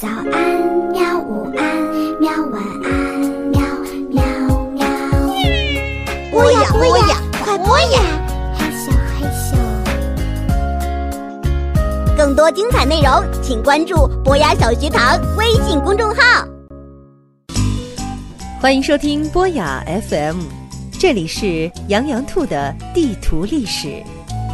早安喵，午安喵，晚安喵喵喵。 播呀播呀，快播呀！ 害羞害羞。 更多精彩内容，请关注博雅小学堂微信公众号。 欢迎收听博雅 FM， 这里是羊羊兔的地图历史。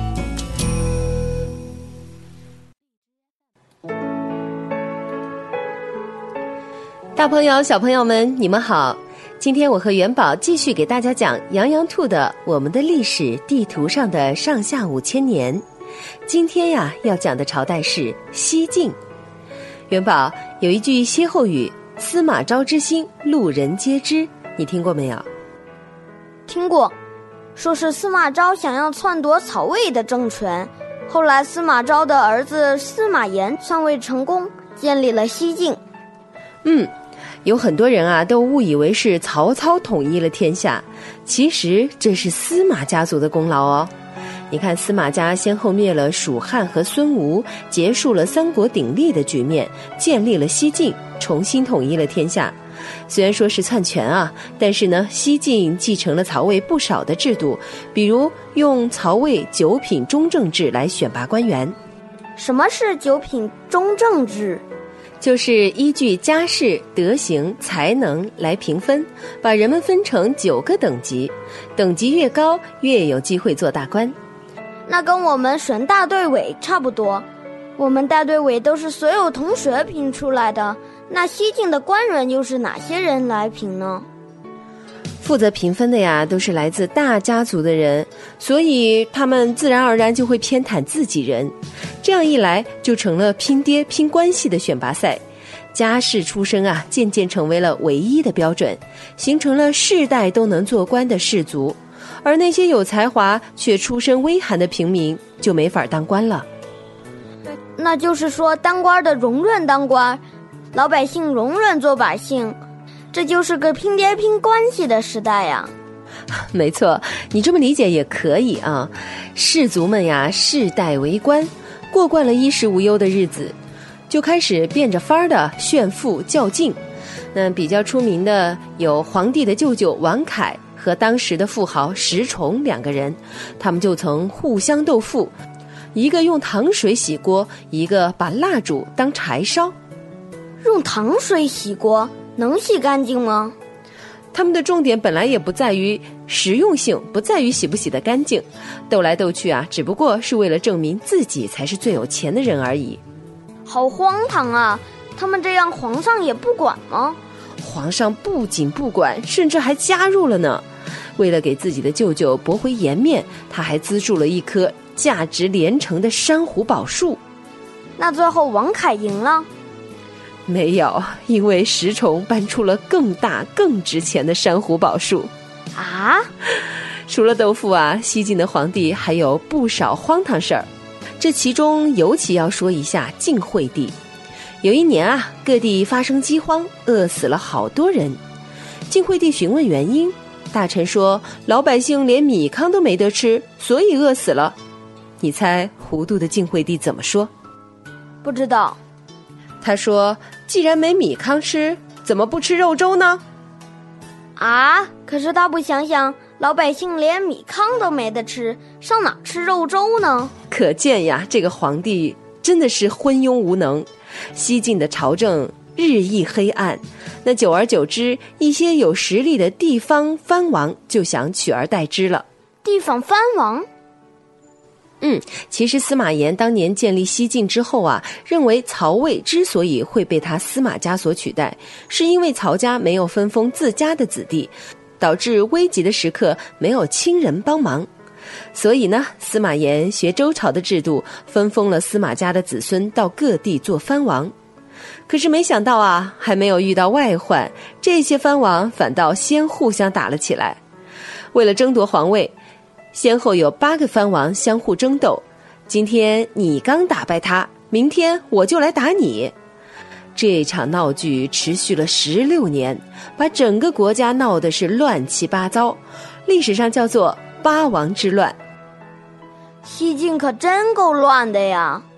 大朋友小朋友们你们好，今天我和元宝继续给大家讲羊羊兔的我们的历史地图上的上下5000年。今天呀要讲的朝代是西晋。元宝，有一句歇后语，司马昭之心，路人皆知，你听过没有？ 听过，说是司马昭想要篡夺曹魏的政权，后来司马昭的儿子司马炎篡位成功，建立了西晋。 有很多人啊都误以为是曹操统一了天下，其实这是司马家族的功劳哦。你看，司马家先后灭了蜀汉和孙吴，结束了三国鼎立的局面，建立了西晋，重新统一了天下。虽然说是篡权啊，但是呢，西晋继承了曹魏不少的制度，比如用曹魏9品中正制来选拔官员。 什么是9品中正制？ 就是依据家世、德行、才能来评分，把人们分成9个等级，等级越高越有机会做大官。 那跟我们选大队委差不多，我们大队委都是所有同学评出来的，那西晋的官员又是哪些人来评呢？ 负责评分的呀都是来自大家族的人，所以他们自然而然就会偏袒自己人，这样一来就成了拼爹拼关系的选拔赛。家世出身啊渐渐成为了唯一的标准，形成了世代都能做官的士族，而那些有才华却出身微寒的平民就没法当官了。 那就是说，当官的容忍当官，老百姓容忍做百姓，这就是个拼爹拼关系的时代呀。 没错，你这么理解也可以啊。士族们呀世代为官，过惯了衣食无忧的日子，就开始变着法儿的炫富较劲。那比较出名的有皇帝的舅舅王凯和当时的富豪石崇2个人，他们就曾互相斗富，一个用糖水洗锅，一个把蜡烛当柴烧。 用糖水洗锅能洗干净吗？ 他们的重点本来也不在于实用性，不在于洗不洗得干净，斗来斗去啊，只不过是为了证明自己才是最有钱的人而已。 好荒唐啊，他们这样皇上也不管吗？ 皇上不仅不管，甚至还加入了呢。为了给自己的舅舅驳回颜面，他还资助了一棵价值连城的珊瑚宝树。 那最后王凯赢了？ 没有，因为石崇搬出了更大更值钱的珊瑚宝树。 啊？ 除了斗富啊，西晋的皇帝还有不少荒唐事儿。这其中尤其要说一下晋惠帝。有一年啊，各地发生饥荒，饿死了好多人。晋惠帝询问原因，大臣说老百姓连米糠都没得吃，所以饿死了。你猜糊涂的晋惠帝怎么说？ 不知道。 他说，既然没米糠吃，怎么不吃肉粥呢？ 啊，可是他不想想，老百姓连米糠都没得吃，上哪吃肉粥呢？ 可见呀，这个皇帝真的是昏庸无能。西晋的朝政日益黑暗，那久而久之，一些有实力的地方藩王就想取而代之了。 地方藩王？ 其实司马炎当年建立西晋之后啊，认为曹魏之所以会被他司马家所取代，是因为曹家没有分封自家的子弟，导致危急的时刻没有亲人帮忙。所以呢，司马炎学周朝的制度，分封了司马家的子孙到各地做藩王。可是没想到啊，还没有遇到外患，这些藩王反倒先互相打了起来。为了争夺皇位，先后有8个藩王相互争斗，今天你刚打败他，明天我就来打你。这场闹剧持续了16年，把整个国家闹得是乱七八糟，历史上叫做8王之乱。 西晋可真够乱的呀。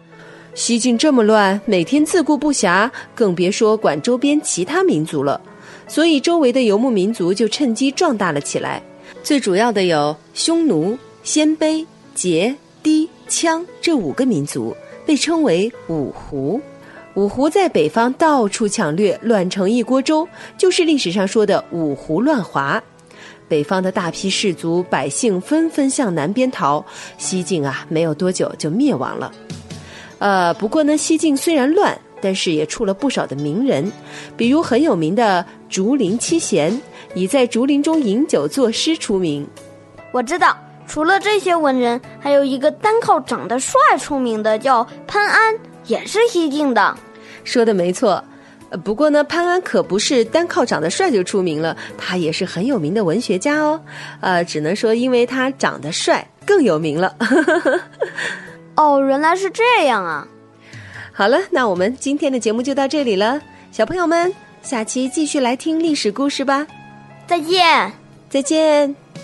西晋这么乱，每天自顾不暇，更别说管周边其他民族了。所以周围的游牧民族就趁机壮大了起来。最主要的有匈奴、鲜卑、羯、氐、羌这5个民族，被称为五胡。五胡在北方到处抢掠，乱成一锅粥，就是历史上说的五胡乱华。北方的大批士族百姓纷纷向南边逃，西晋没有多久就灭亡了。不过呢，西晋虽然乱，但是也出了不少的名人，比如很有名的竹林七贤，以在竹林中饮酒作诗出名。 我知道，除了这些文人，还有一个单靠长得帅出名的，叫潘安，也是西晋的。 说的没错。不过呢，潘安可不是单靠长得帅就出名了，他也是很有名的文学家哦。只能说因为他长得帅更有名了。 哦，原来是这样啊。 好了，那我们今天的节目就到这里了，小朋友们，下期继续来听历史故事吧。 再见。 再见。